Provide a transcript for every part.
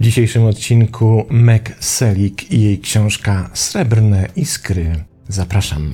W dzisiejszym odcinku Meg Selig i jej książka Srebrne Iskry. Zapraszam.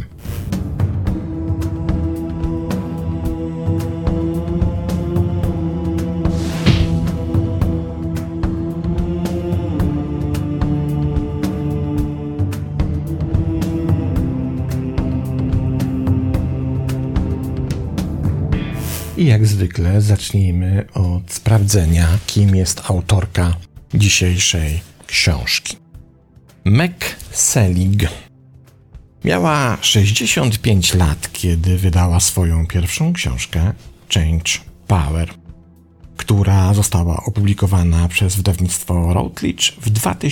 I jak zwykle zacznijmy od sprawdzenia, kim jest autorka dzisiejszej książki. Meg Selig miała 65 lat, kiedy wydała swoją pierwszą książkę Change Power, która została opublikowana przez wydawnictwo Routledge w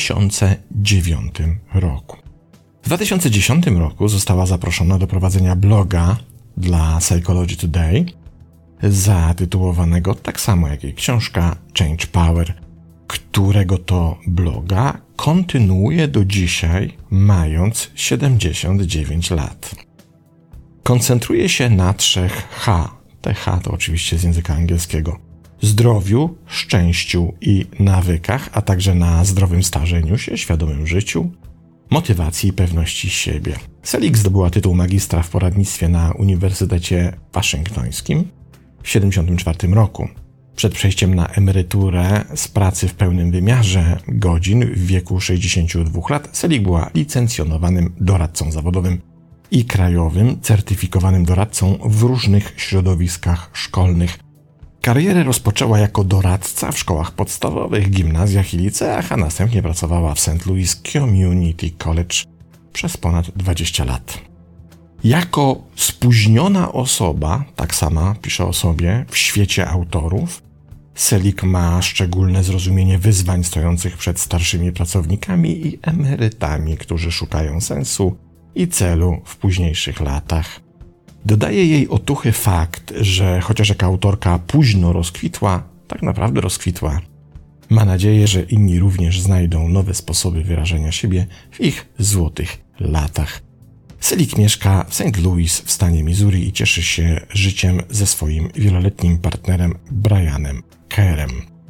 2009 roku. W 2010 roku została zaproszona do prowadzenia bloga dla Psychology Today, zatytułowanego tak samo jak jej książka Change Power, którego to bloga kontynuuje do dzisiaj, mając 79 lat. Koncentruje się na 3 H. Te H to oczywiście z języka angielskiego. Zdrowiu, szczęściu i nawykach, a także na zdrowym starzeniu się, świadomym życiu, motywacji i pewności siebie. Selig zdobyła tytuł magistra w poradnictwie na Uniwersytecie Waszyngtońskim w 1974 roku. Przed przejściem na emeryturę z pracy w pełnym wymiarze godzin w wieku 62 lat Selig była licencjonowanym doradcą zawodowym i krajowym certyfikowanym doradcą w różnych środowiskach szkolnych. Karierę rozpoczęła jako doradca w szkołach podstawowych, gimnazjach i liceach, a następnie pracowała w St. Louis Community College przez ponad 20 lat. Jako spóźniona osoba, tak sama pisze o sobie w świecie autorów, Selig ma szczególne zrozumienie wyzwań stojących przed starszymi pracownikami i emerytami, którzy szukają sensu i celu w późniejszych latach. Dodaje jej otuchy fakt, że chociaż jako autorka późno rozkwitła, tak naprawdę rozkwitła. Ma nadzieję, że inni również znajdą nowe sposoby wyrażenia siebie w ich złotych latach. Selig mieszka w St. Louis w stanie Missouri i cieszy się życiem ze swoim wieloletnim partnerem Brianem Kerem.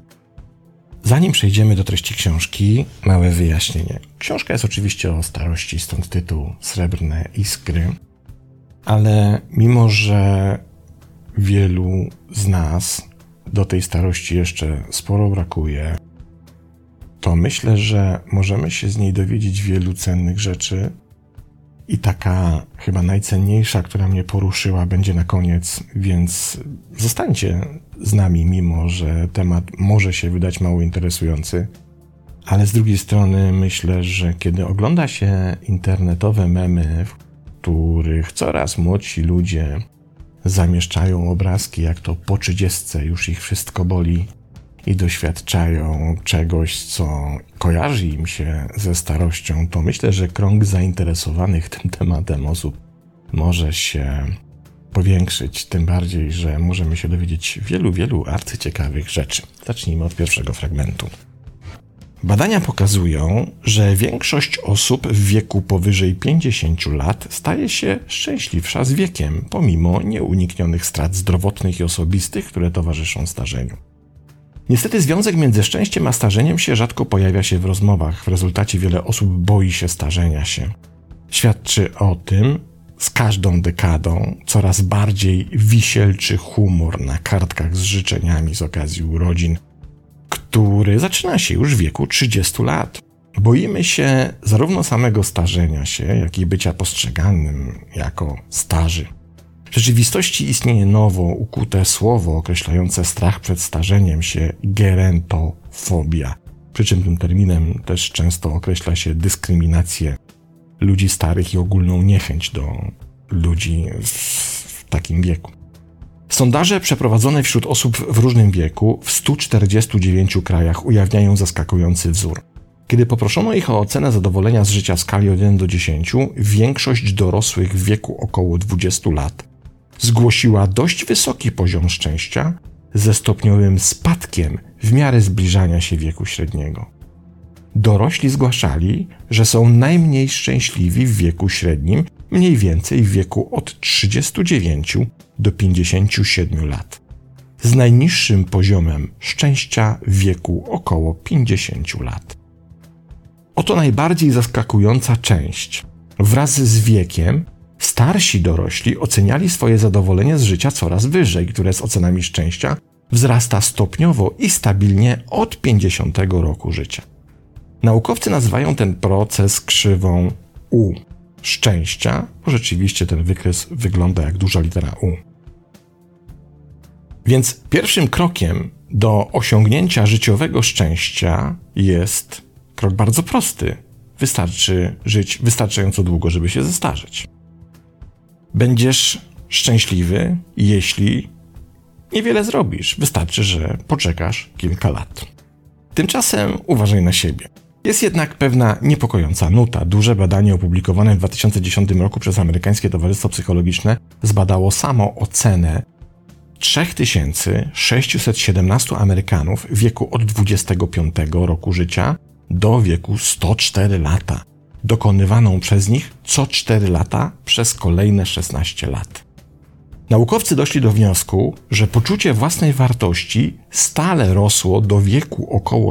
Zanim przejdziemy do treści książki, małe wyjaśnienie. Książka jest oczywiście o starości, stąd tytuł Srebrne Iskry, ale mimo, że wielu z nas do tej starości jeszcze sporo brakuje, to myślę, że możemy się z niej dowiedzieć wielu cennych rzeczy. I taka chyba najcenniejsza, która mnie poruszyła, będzie na koniec, więc zostańcie z nami, mimo że temat może się wydać mało interesujący. Ale z drugiej strony myślę, że kiedy ogląda się internetowe memy, w których coraz młodsi ludzie zamieszczają obrazki, jak to po 30 już ich wszystko boli i doświadczają czegoś, co kojarzy im się ze starością, to myślę, że krąg zainteresowanych tym tematem osób może się powiększyć, tym bardziej, że możemy się dowiedzieć wielu arcyciekawych rzeczy. Zacznijmy od pierwszego fragmentu. Badania pokazują, że większość osób w wieku powyżej 50 lat staje się szczęśliwsza z wiekiem, pomimo nieuniknionych strat zdrowotnych i osobistych, które towarzyszą starzeniu. Niestety związek między szczęściem a starzeniem się rzadko pojawia się w rozmowach. W rezultacie wiele osób boi się starzenia się. Świadczy o tym z każdą dekadą coraz bardziej wisielczy humor na kartkach z życzeniami z okazji urodzin, który zaczyna się już w wieku 30 lat. Boimy się zarówno samego starzenia się, jak i bycia postrzeganym jako starzy. W rzeczywistości istnieje nowo ukute słowo określające strach przed starzeniem się – gerontofobia. Przy czym tym terminem też często określa się dyskryminację ludzi starych i ogólną niechęć do ludzi w takim wieku. Sondaże przeprowadzone wśród osób w różnym wieku w 149 krajach ujawniają zaskakujący wzór. Kiedy poproszono ich o ocenę zadowolenia z życia w skali od 1 do 10, większość dorosłych w wieku około 20 lat zgłosiła dość wysoki poziom szczęścia ze stopniowym spadkiem w miarę zbliżania się wieku średniego. Dorośli zgłaszali, że są najmniej szczęśliwi w wieku średnim, mniej więcej w wieku od 39 do 57 lat. z najniższym poziomem szczęścia w wieku około 50 lat. Oto najbardziej zaskakująca część. Wraz z wiekiem starsi dorośli oceniali swoje zadowolenie z życia coraz wyżej, które z ocenami szczęścia wzrasta stopniowo i stabilnie od 50 roku życia. Naukowcy nazywają ten proces krzywą U szczęścia, bo rzeczywiście ten wykres wygląda jak duża litera U. Więc pierwszym krokiem do osiągnięcia życiowego szczęścia jest krok bardzo prosty. Wystarczy żyć wystarczająco długo, żeby się zestarzeć. Będziesz szczęśliwy, jeśli niewiele zrobisz. Wystarczy, że poczekasz kilka lat. Tymczasem uważaj na siebie. Jest jednak pewna niepokojąca nuta. Duże badanie opublikowane w 2010 roku przez Amerykańskie Towarzystwo Psychologiczne zbadało samoocenę 3617 Amerykanów w wieku od 25 roku życia do wieku 104 lata, dokonywaną przez nich co 4 lata przez kolejne 16 lat. Naukowcy doszli do wniosku, że poczucie własnej wartości stale rosło do wieku około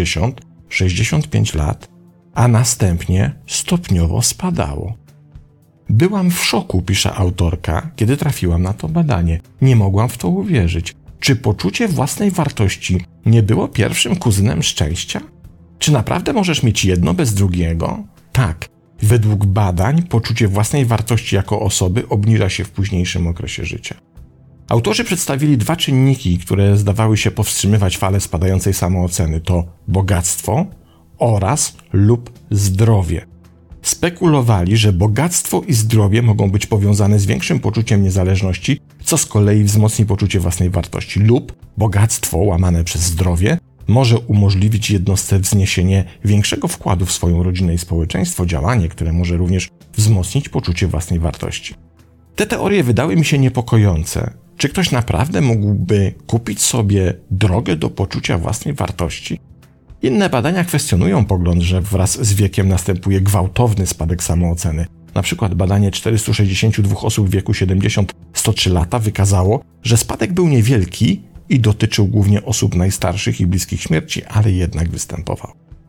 60-65 lat, a następnie stopniowo spadało. Byłam w szoku, pisze autorka, kiedy trafiłam na to badanie. Nie mogłam w to uwierzyć. Czy poczucie własnej wartości nie było pierwszym kuzynem szczęścia? Czy naprawdę możesz mieć jedno bez drugiego? Tak. Według badań poczucie własnej wartości jako osoby obniża się w późniejszym okresie życia. Autorzy przedstawili 2 czynniki, które zdawały się powstrzymywać falę spadającej samooceny. To bogactwo oraz lub zdrowie. Spekulowali, że bogactwo i zdrowie mogą być powiązane z większym poczuciem niezależności, co z kolei wzmocni poczucie własnej wartości, lub bogactwo łamane przez zdrowie może umożliwić jednostce wzniesienie większego wkładu w swoją rodzinę i społeczeństwo, działanie, które może również wzmocnić poczucie własnej wartości. Te teorie wydały mi się niepokojące. Czy ktoś naprawdę mógłby kupić sobie drogę do poczucia własnej wartości? Inne badania kwestionują pogląd, że wraz z wiekiem następuje gwałtowny spadek samooceny. Na przykład badanie 462 osób w wieku 70-103 lata wykazało, że spadek był niewielki i dotyczył głównie osób najstarszych i bliskich śmierci, ale jednak występował.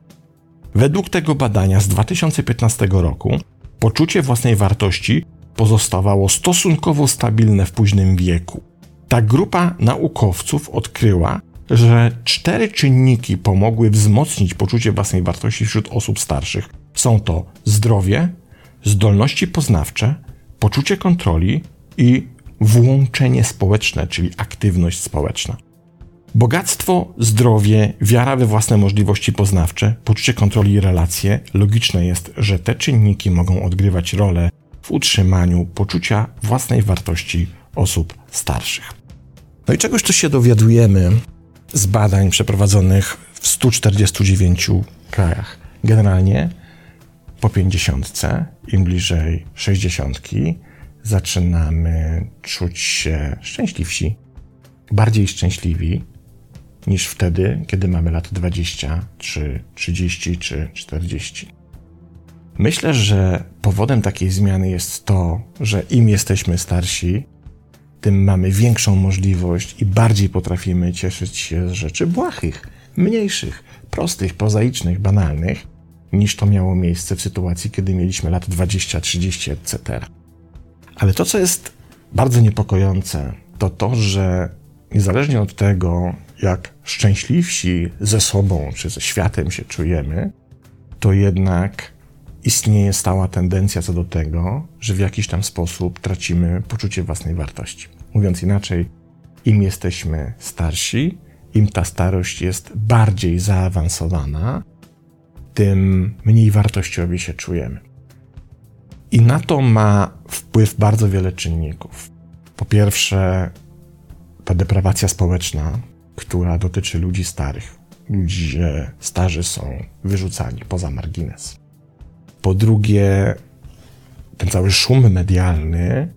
Według tego badania z 2015 roku poczucie własnej wartości pozostawało stosunkowo stabilne w późnym wieku. Ta grupa naukowców odkryła, że 4 czynniki pomogły wzmocnić poczucie własnej wartości wśród osób starszych. Są to zdrowie, zdolności poznawcze, poczucie kontroli i włączenie społeczne, czyli aktywność społeczna. Bogactwo, zdrowie, wiara we własne możliwości poznawcze, poczucie kontroli i relacje. Logiczne jest, że te czynniki mogą odgrywać rolę w utrzymaniu poczucia własnej wartości osób starszych. No i czegoś tu się dowiadujemy z badań przeprowadzonych w 149 krajach. Generalnie po 50, im bliżej 60, zaczynamy czuć się szczęśliwsi, bardziej szczęśliwi niż wtedy, kiedy mamy lat 20, czy 30, czy 40. Myślę, że powodem takiej zmiany jest to, że im jesteśmy starsi, tym mamy większą możliwość i bardziej potrafimy cieszyć się z rzeczy błahych, mniejszych, prostych, prozaicznych, banalnych, niż to miało miejsce w sytuacji, kiedy mieliśmy lat 20, 30, etc. Ale to, co jest bardzo niepokojące, to to, że niezależnie od tego, jak szczęśliwsi ze sobą czy ze światem się czujemy, to jednak istnieje stała tendencja co do tego, że w jakiś tam sposób tracimy poczucie własnej wartości. Mówiąc inaczej, im jesteśmy starsi, im ta starość jest bardziej zaawansowana, tym mniej wartościowi się czujemy. I na to ma wpływ bardzo wiele czynników. Po pierwsze, ta deprawacja społeczna, która dotyczy ludzi starych. Ludzie starzy są wyrzucani poza margines. Po drugie, ten cały szum medialny,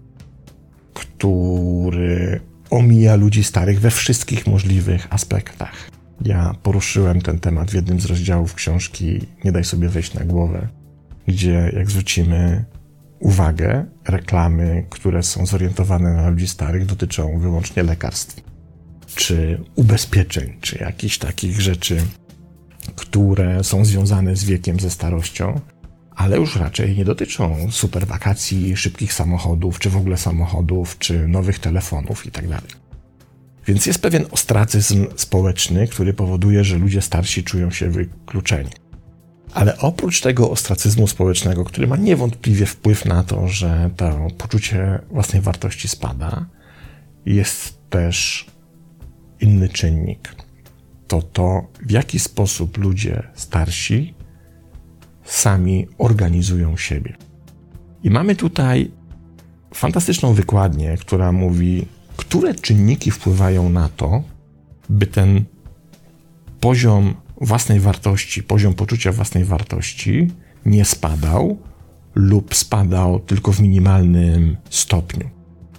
który omija ludzi starych we wszystkich możliwych aspektach. Ja poruszyłem ten temat w jednym z rozdziałów książki Nie daj sobie wejść na głowę, gdzie jak zwrócimy uwagę, reklamy, które są zorientowane na ludzi starych, dotyczą wyłącznie lekarstw. czy ubezpieczeń, czy jakichś takich rzeczy, które są związane z wiekiem, ze starością, ale już raczej nie dotyczą super wakacji, szybkich samochodów, czy w ogóle samochodów, czy nowych telefonów itd. Więc jest pewien ostracyzm społeczny, który powoduje, że ludzie starsi czują się wykluczeni. Ale oprócz tego ostracyzmu społecznego, który ma niewątpliwie wpływ na to, że to poczucie własnej wartości spada, jest też inny czynnik. To, w jaki sposób ludzie starsi sami organizują siebie. I mamy tutaj fantastyczną wykładnię, która mówi, które czynniki wpływają na to, by ten poziom własnej wartości, poziom poczucia własnej wartości nie spadał lub spadał tylko w minimalnym stopniu.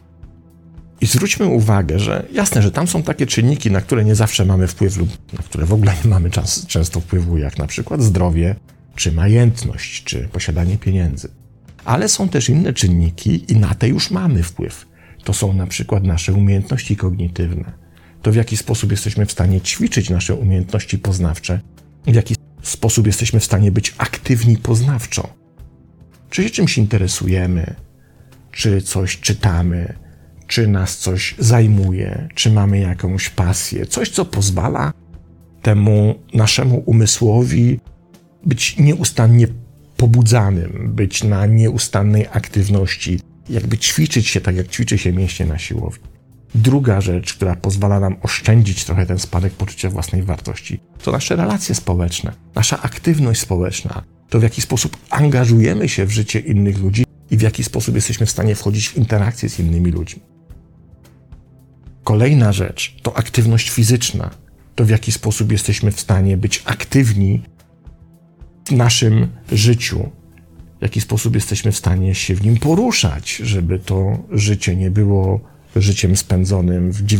I zwróćmy uwagę, że jasne, że tam są takie czynniki, na które nie zawsze mamy wpływ lub na które w ogóle nie mamy często wpływu, jak na przykład zdrowie, czy majętność, czy posiadanie pieniędzy. Ale są też inne czynniki i na te już mamy wpływ. To są na przykład nasze umiejętności kognitywne. To w jaki sposób jesteśmy w stanie ćwiczyć nasze umiejętności poznawcze, w jaki sposób jesteśmy w stanie być aktywni poznawczo. Czy się czymś interesujemy, czy coś czytamy, czy nas coś zajmuje, czy mamy jakąś pasję, coś, co pozwala temu naszemu umysłowi być nieustannie pobudzanym, być na nieustannej aktywności, jakby ćwiczyć się tak, jak ćwiczy się mięśnie na siłowni. Druga rzecz, która pozwala nam oszczędzić trochę ten spadek poczucia własnej wartości, to nasze relacje społeczne, nasza aktywność społeczna, to w jaki sposób angażujemy się w życie innych ludzi i w jaki sposób jesteśmy w stanie wchodzić w interakcje z innymi ludźmi. Kolejna rzecz to aktywność fizyczna, to w jaki sposób jesteśmy w stanie być aktywni w naszym życiu, w jaki sposób jesteśmy w stanie się w nim poruszać, żeby to życie nie było życiem spędzonym w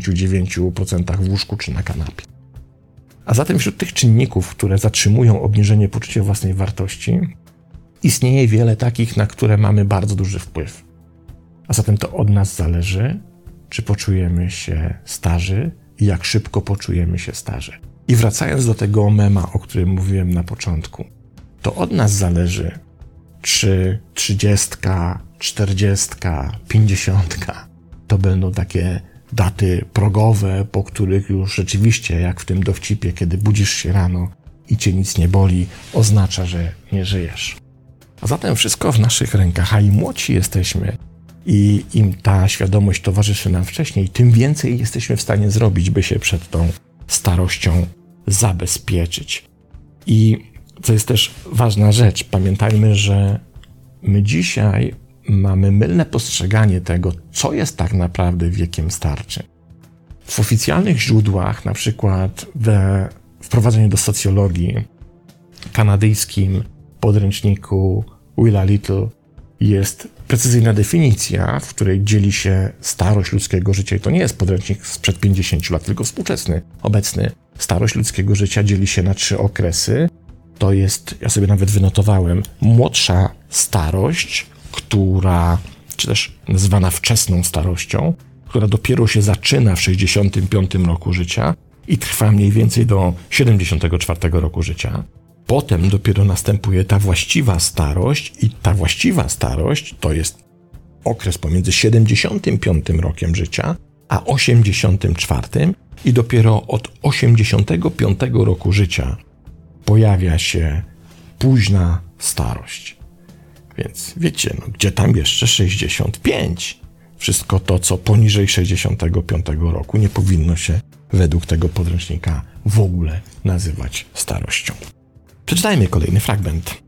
99% w łóżku czy na kanapie. A zatem wśród tych czynników, które zatrzymują obniżenie poczucia własnej wartości, istnieje wiele takich, na które mamy bardzo duży wpływ. A zatem to od nas zależy, czy poczujemy się starzy i jak szybko poczujemy się starzy. I wracając do tego mema, o którym mówiłem na początku, to od nas zależy, czy 30, 40, 50 to będą takie daty progowe, po których już rzeczywiście, jak w tym dowcipie, kiedy budzisz się rano i cię nic nie boli, oznacza, że nie żyjesz. A zatem wszystko w naszych rękach, a im młodsi jesteśmy i im ta świadomość towarzyszy nam wcześniej, tym więcej jesteśmy w stanie zrobić, by się przed tą starością zabezpieczyć. I co jest też ważna rzecz, pamiętajmy, że my dzisiaj mamy mylne postrzeganie tego, co jest tak naprawdę wiekiem starczym. W oficjalnych źródłach, na przykład we wprowadzeniu do socjologii kanadyjskim podręczniku Willa Little jest precyzyjna definicja, w której dzieli się starość ludzkiego życia. I to nie jest podręcznik sprzed 50 lat, tylko współczesny, obecny. Starość ludzkiego życia dzieli się na 3 okresy. To jest, ja sobie nawet wynotowałem, młodsza starość, która, czy też nazywana wczesną starością, która dopiero się zaczyna w 65 roku życia i trwa mniej więcej do 74 roku życia. Potem dopiero następuje ta właściwa starość i ta właściwa starość to jest okres pomiędzy 75 rokiem życia a 84 i dopiero od 85 roku życia pojawia się późna starość. Więc wiecie, gdzie tam jeszcze 65? Wszystko to, co poniżej 65 roku nie powinno się według tego podręcznika w ogóle nazywać starością. Przeczytajmy kolejny fragment.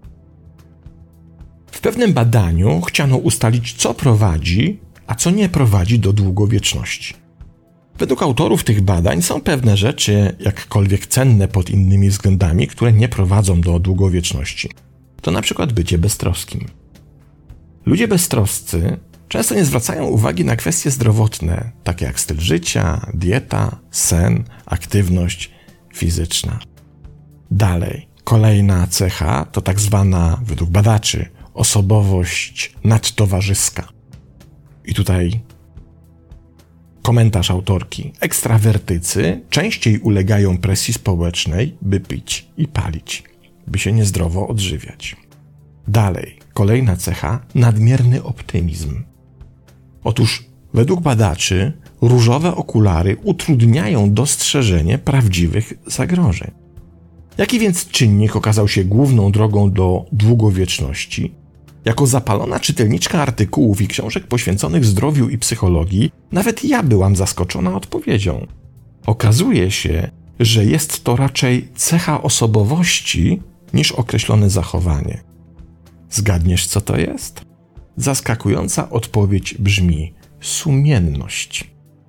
W pewnym badaniu chciano ustalić, co prowadzi, a co nie prowadzi do długowieczności. Według autorów tych badań są pewne rzeczy, jakkolwiek cenne pod innymi względami, które nie prowadzą do długowieczności. To na przykład bycie beztroskim. Ludzie beztroscy często nie zwracają uwagi na kwestie zdrowotne, takie jak styl życia, dieta, sen, aktywność fizyczna. Dalej, kolejna cecha to tak zwana, według badaczy, osobowość nadtowarzyska. I tutaj Komentarz autorki. Ekstrawertycy częściej ulegają presji społecznej, by pić i palić, by się niezdrowo odżywiać. Dalej, kolejna cecha, nadmierny optymizm. Otóż według badaczy różowe okulary utrudniają dostrzeżenie prawdziwych zagrożeń. Jaki więc czynnik okazał się główną drogą do długowieczności? Jako zapalona czytelniczka artykułów i książek poświęconych zdrowiu i psychologii, nawet ja byłam zaskoczona odpowiedzią. Okazuje się, że jest to raczej cecha osobowości niż określone zachowanie. Zgadniesz, co to jest? Zaskakująca odpowiedź brzmi: sumienność.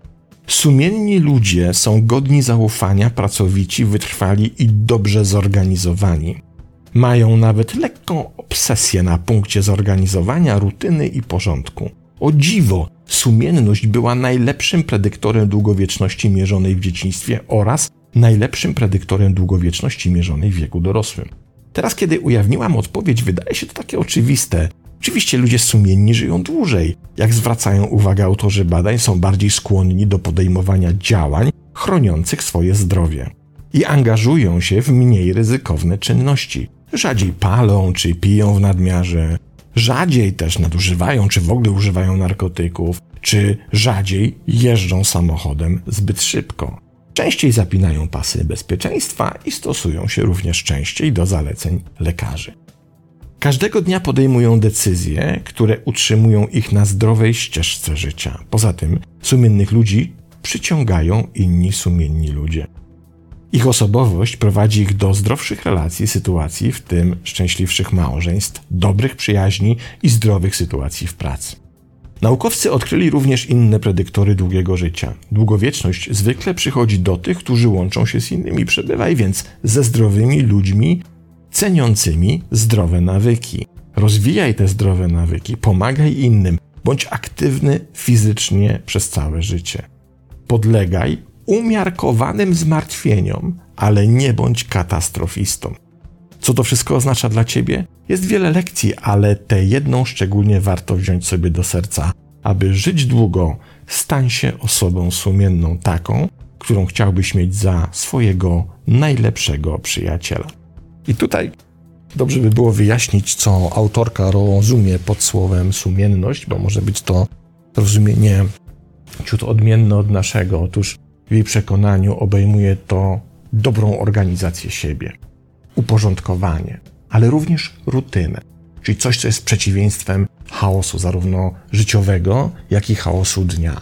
Sumienni ludzie są godni zaufania, pracowici, wytrwali i dobrze zorganizowani. Mają nawet lekką obsesję na punkcie zorganizowania, rutyny i porządku. O dziwo, sumienność była najlepszym predyktorem długowieczności mierzonej w dzieciństwie oraz najlepszym predyktorem długowieczności mierzonej w wieku dorosłym. Teraz, kiedy ujawniłam odpowiedź, wydaje się to takie oczywiste. Oczywiście ludzie sumienni żyją dłużej. Jak zwracają uwagę autorzy badań, są bardziej skłonni do podejmowania działań chroniących swoje zdrowie i angażują się w mniej ryzykowne czynności. Rzadziej palą czy piją w nadmiarze, rzadziej też nadużywają czy w ogóle używają narkotyków, czy rzadziej jeżdżą samochodem zbyt szybko. Częściej zapinają pasy bezpieczeństwa i stosują się również częściej do zaleceń lekarzy. Każdego dnia podejmują decyzje, które utrzymują ich na zdrowej ścieżce życia. Poza tym sumiennych ludzi przyciągają inni sumienni ludzie. Ich osobowość prowadzi ich do zdrowszych relacji, sytuacji, w tym szczęśliwszych małżeństw, dobrych przyjaźni i zdrowych sytuacji w pracy. Naukowcy odkryli również inne predyktory długiego życia. Długowieczność zwykle przychodzi do tych, którzy łączą się z innymi. Przebywaj więc ze zdrowymi ludźmi, ceniącymi zdrowe nawyki. Rozwijaj te zdrowe nawyki, pomagaj innym, bądź aktywny fizycznie przez całe życie. Podlegaj umiarkowanym zmartwieniom, ale nie bądź katastrofistą. Co to wszystko oznacza dla ciebie? Jest wiele lekcji, ale tę jedną szczególnie warto wziąć sobie do serca. Aby żyć długo, stań się osobą sumienną, taką, którą chciałbyś mieć za swojego najlepszego przyjaciela. I tutaj dobrze by było wyjaśnić, co autorka rozumie pod słowem sumienność, bo może być to rozumienie ciut odmienne od naszego. Otóż w jej przekonaniu obejmuje to dobrą organizację siebie, uporządkowanie, ale również rutynę, czyli coś, co jest przeciwieństwem chaosu zarówno życiowego, jak i chaosu dnia.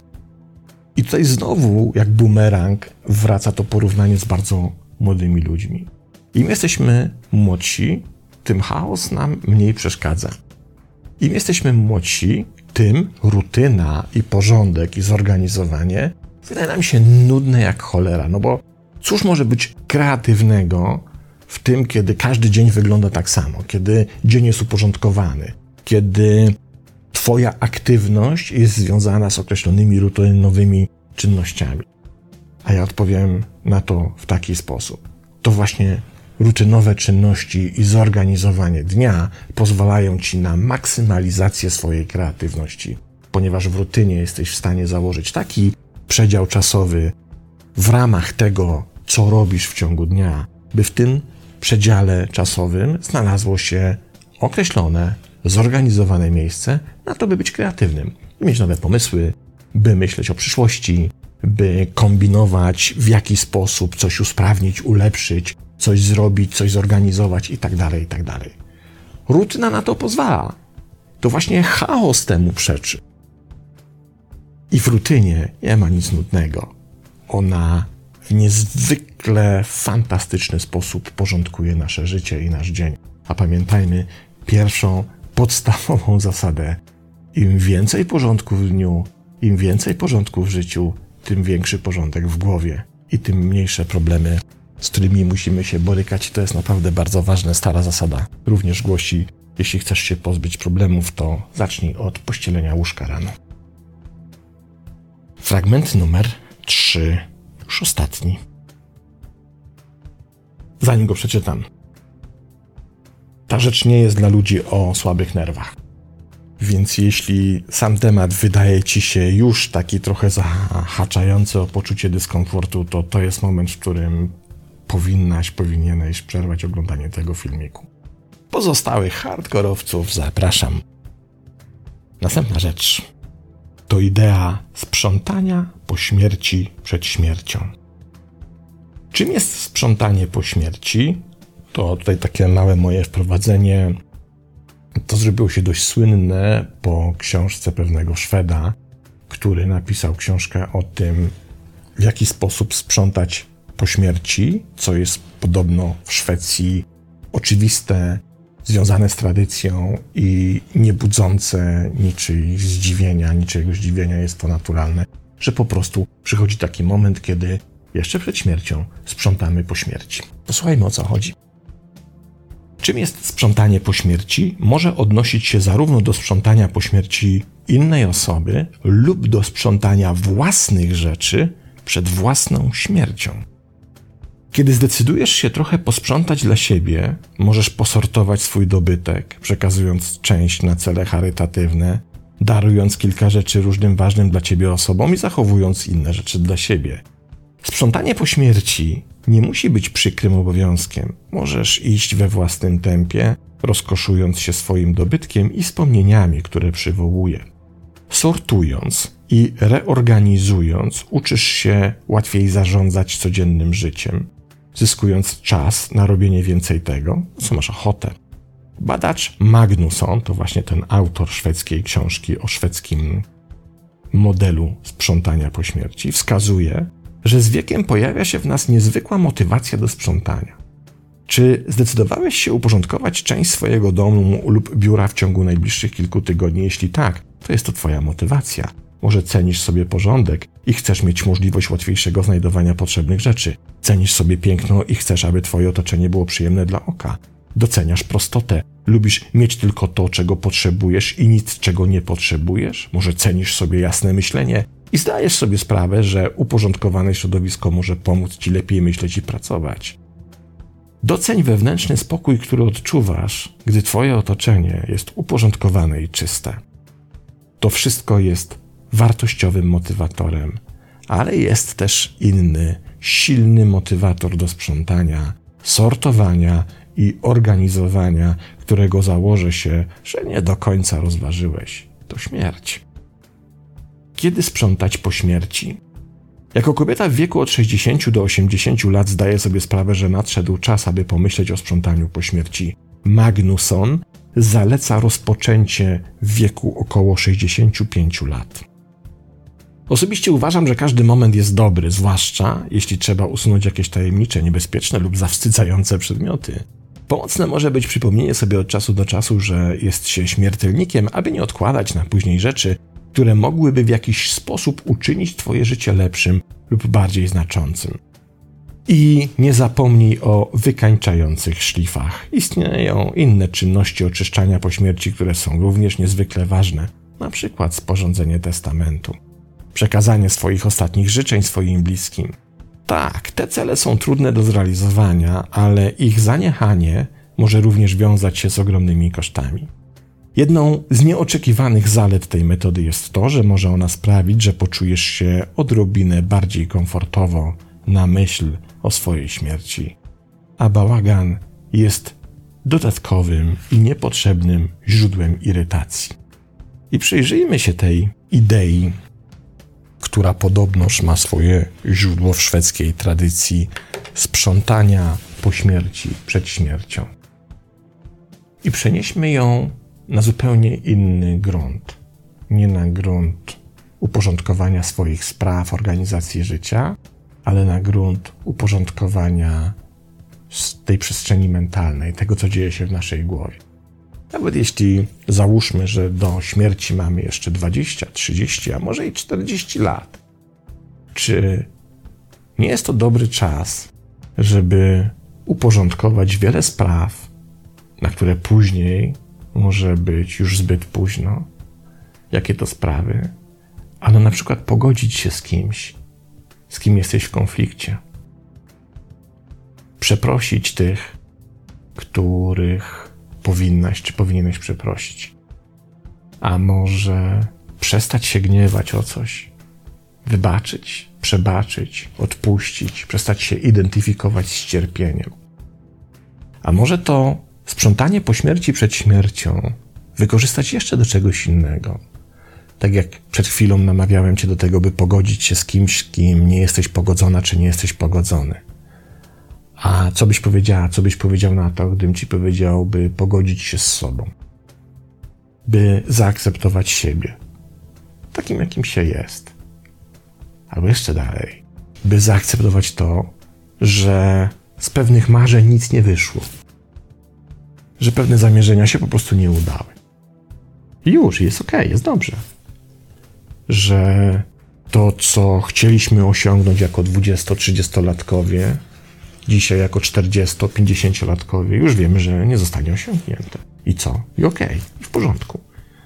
I tutaj znowu, jak bumerang, wraca to porównanie z bardzo młodymi ludźmi. Im jesteśmy młodsi, tym chaos nam mniej przeszkadza. Im jesteśmy młodsi, tym rutyna i porządek i zorganizowanie wydaje nam się nudne jak cholera, no bo cóż może być kreatywnego w tym, kiedy każdy dzień wygląda tak samo, kiedy dzień jest uporządkowany, kiedy twoja aktywność jest związana z określonymi rutynowymi czynnościami. A ja odpowiem na to w taki sposób. To właśnie rutynowe czynności i zorganizowanie dnia pozwalają ci na maksymalizację swojej kreatywności, ponieważ w rutynie jesteś w stanie założyć taki przedział czasowy w ramach tego, co robisz w ciągu dnia, by w tym przedziale czasowym znalazło się określone, zorganizowane miejsce na to, by być kreatywnym, by mieć nowe pomysły, by myśleć o przyszłości, by kombinować, w jaki sposób coś usprawnić, ulepszyć, coś zrobić, coś zorganizować itd., itd. Rutyna na to pozwala. To właśnie chaos temu przeczy. I w rutynie nie ma nic nudnego. Ona w niezwykle fantastyczny sposób porządkuje nasze życie i nasz dzień. A pamiętajmy pierwszą podstawową zasadę. Im więcej porządku w dniu, im więcej porządku w życiu, tym większy porządek w głowie i tym mniejsze problemy, z którymi musimy się borykać. To jest naprawdę bardzo ważna, stara zasada. Również głosi, jeśli chcesz się pozbyć problemów, to zacznij od pościelenia łóżka rano. Fragment numer 3, już ostatni. Zanim go przeczytam. Ta rzecz nie jest dla ludzi o słabych nerwach. Więc jeśli sam temat wydaje ci się już taki trochę zahaczający o poczucie dyskomfortu, to jest moment, w którym powinieneś przerwać oglądanie tego filmiku. Pozostałych hardkorowców zapraszam. Następna rzecz to idea sprzątania po śmierci przed śmiercią. Czym jest sprzątanie po śmierci? To tutaj takie małe moje wprowadzenie. To zrobiło się dość słynne po książce pewnego Szweda, który napisał książkę o tym, w jaki sposób sprzątać po śmierci, co jest podobno w Szwecji oczywiste, związane z tradycją i niebudzące niczyjego zdziwienia, jest to naturalne, że po prostu przychodzi taki moment, kiedy jeszcze przed śmiercią sprzątamy po śmierci. Posłuchajmy, o co chodzi. Czym jest sprzątanie po śmierci? Może odnosić się zarówno do sprzątania po śmierci innej osoby lub do sprzątania własnych rzeczy przed własną śmiercią. Kiedy zdecydujesz się trochę posprzątać dla siebie, możesz posortować swój dobytek, przekazując część na cele charytatywne, darując kilka rzeczy różnym ważnym dla ciebie osobom i zachowując inne rzeczy dla siebie. Sprzątanie po śmierci nie musi być przykrym obowiązkiem. Możesz iść we własnym tempie, rozkoszując się swoim dobytkiem i wspomnieniami, które przywołuje. Sortując i reorganizując, uczysz się łatwiej zarządzać codziennym życiem, zyskując czas na robienie więcej tego, co masz ochotę. Badacz Magnusson, to właśnie ten autor szwedzkiej książki o szwedzkim modelu sprzątania po śmierci, wskazuje, że z wiekiem pojawia się w nas niezwykła motywacja do sprzątania. Czy zdecydowałeś się uporządkować część swojego domu lub biura w ciągu najbliższych kilku tygodni? Jeśli tak, to jest to twoja motywacja. Może cenisz sobie porządek i chcesz mieć możliwość łatwiejszego znajdowania potrzebnych rzeczy. Cenisz sobie piękno i chcesz, aby twoje otoczenie było przyjemne dla oka. Doceniasz prostotę. Lubisz mieć tylko to, czego potrzebujesz i nic, czego nie potrzebujesz? Może cenisz sobie jasne myślenie i zdajesz sobie sprawę, że uporządkowane środowisko może pomóc ci lepiej myśleć i pracować. Doceń wewnętrzny spokój, który odczuwasz, gdy twoje otoczenie jest uporządkowane i czyste. To wszystko jest wartościowym motywatorem, ale jest też inny, silny motywator do sprzątania, sortowania i organizowania, którego założę się, że nie do końca rozważyłeś. To śmierć. Kiedy sprzątać po śmierci? Jako kobieta w wieku od 60 do 80 lat zdaję sobie sprawę, że nadszedł czas, aby pomyśleć o sprzątaniu po śmierci. Magnusson zaleca rozpoczęcie w wieku około 65 lat. Osobiście uważam, że każdy moment jest dobry, zwłaszcza jeśli trzeba usunąć jakieś tajemnicze, niebezpieczne lub zawstydzające przedmioty. Pomocne może być przypomnienie sobie od czasu do czasu, że jest się śmiertelnikiem, aby nie odkładać na później rzeczy, które mogłyby w jakiś sposób uczynić twoje życie lepszym lub bardziej znaczącym. I nie zapomnij o wykańczających szlifach. Istnieją inne czynności oczyszczania po śmierci, które są również niezwykle ważne, na przykład sporządzenie testamentu, przekazanie swoich ostatnich życzeń swoim bliskim. Tak, te cele są trudne do zrealizowania, ale ich zaniechanie może również wiązać się z ogromnymi kosztami. Jedną z nieoczekiwanych zalet tej metody jest to, że może ona sprawić, że poczujesz się odrobinę bardziej komfortowo na myśl o swojej śmierci. A bałagan jest dodatkowym i niepotrzebnym źródłem irytacji. I przyjrzyjmy się tej idei, która podobnoż ma swoje źródło w szwedzkiej tradycji sprzątania po śmierci, przed śmiercią. I przenieśmy ją na zupełnie inny grunt. Nie na grunt uporządkowania swoich spraw, organizacji życia, ale na grunt uporządkowania tej przestrzeni mentalnej, tego, co dzieje się w naszej głowie. Nawet jeśli załóżmy, że do śmierci mamy jeszcze 20, 30, a może i 40 lat. Czy nie jest to dobry czas, żeby uporządkować wiele spraw, na które później może być już zbyt późno? Jakie to sprawy? Ale na przykład pogodzić się z kimś, z kim jesteś w konflikcie. Przeprosić tych, których powinnaś czy powinieneś przeprosić. A może przestać się gniewać o coś, wybaczyć, przebaczyć, odpuścić, przestać się identyfikować z cierpieniem. A może to sprzątanie po śmierci przed śmiercią wykorzystać jeszcze do czegoś innego. Tak jak przed chwilą namawiałem cię do tego, by pogodzić się z kimś, z kim nie jesteś pogodzona, czy nie jesteś pogodzony. A co byś powiedziała, co byś powiedział na to, gdybym ci powiedział, by pogodzić się z sobą? By zaakceptować siebie, takim jakim się jest. Albo jeszcze dalej, by zaakceptować to, że z pewnych marzeń nic nie wyszło. Że pewne zamierzenia się po prostu nie udały. I już, jest okej, jest dobrze. Że to, co chcieliśmy osiągnąć jako 20-30-latkowie, dzisiaj jako 40-50-latkowie, już wiemy, że nie zostanie osiągnięte. I co? I okej, i w porządku.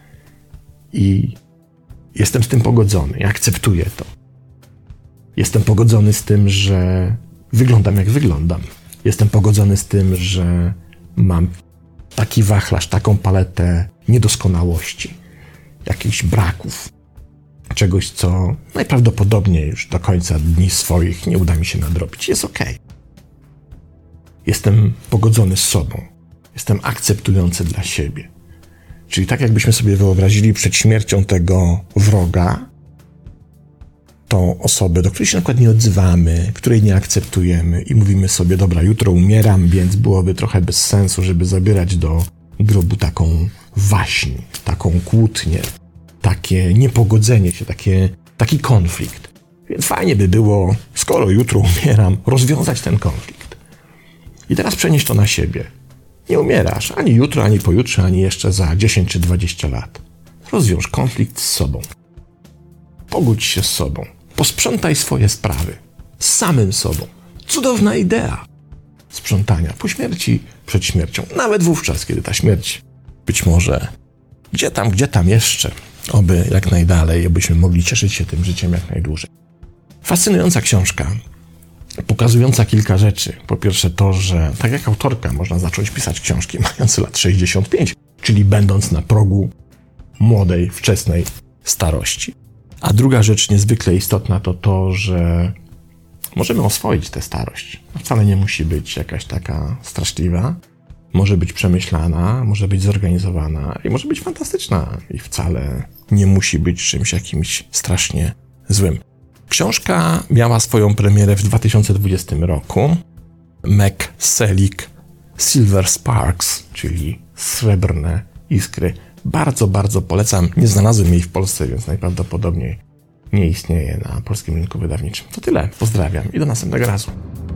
I jestem z tym pogodzony, ja akceptuję to. Jestem pogodzony z tym, że wyglądam jak wyglądam. Jestem pogodzony z tym, że mam taki wachlarz, taką paletę niedoskonałości, jakichś braków, czegoś, co najprawdopodobniej już do końca dni swoich nie uda mi się nadrobić. Jest okej. Jestem pogodzony z sobą. Jestem akceptujący dla siebie. Czyli tak jakbyśmy sobie wyobrazili przed śmiercią tego wroga, tą osobę, do której się na przykład nie odzywamy, której nie akceptujemy i mówimy sobie, dobra, jutro umieram, więc byłoby trochę bez sensu, żeby zabierać do grobu taką waśń, taką kłótnię, takie niepogodzenie się, taki konflikt. Więc fajnie by było, skoro jutro umieram, rozwiązać ten konflikt. I teraz przenieść to na siebie. Nie umierasz ani jutro, ani pojutrze, ani jeszcze za 10 czy 20 lat. Rozwiąż konflikt z sobą. Pogódź się z sobą. Posprzątaj swoje sprawy. Z samym sobą. Cudowna idea sprzątania po śmierci, przed śmiercią. Nawet wówczas, kiedy ta śmierć być może gdzie tam jeszcze. Oby jak najdalej, abyśmy mogli cieszyć się tym życiem jak najdłużej. Fascynująca książka. Pokazująca kilka rzeczy. Po pierwsze to, że tak jak autorka można zacząć pisać książki mając lat 65, czyli będąc na progu młodej, wczesnej starości. A druga rzecz niezwykle istotna to to, że możemy oswoić tę starość. Wcale nie musi być jakaś taka straszliwa. Może być przemyślana, może być zorganizowana i może być fantastyczna. I wcale nie musi być czymś jakimś strasznie złym. Książka miała swoją premierę w 2020 roku. Meg Selig Silver Sparks, czyli srebrne iskry. Bardzo, bardzo polecam. Nie znalazłem jej w Polsce, więc najprawdopodobniej nie istnieje na polskim rynku wydawniczym. To tyle. Pozdrawiam i do następnego razu.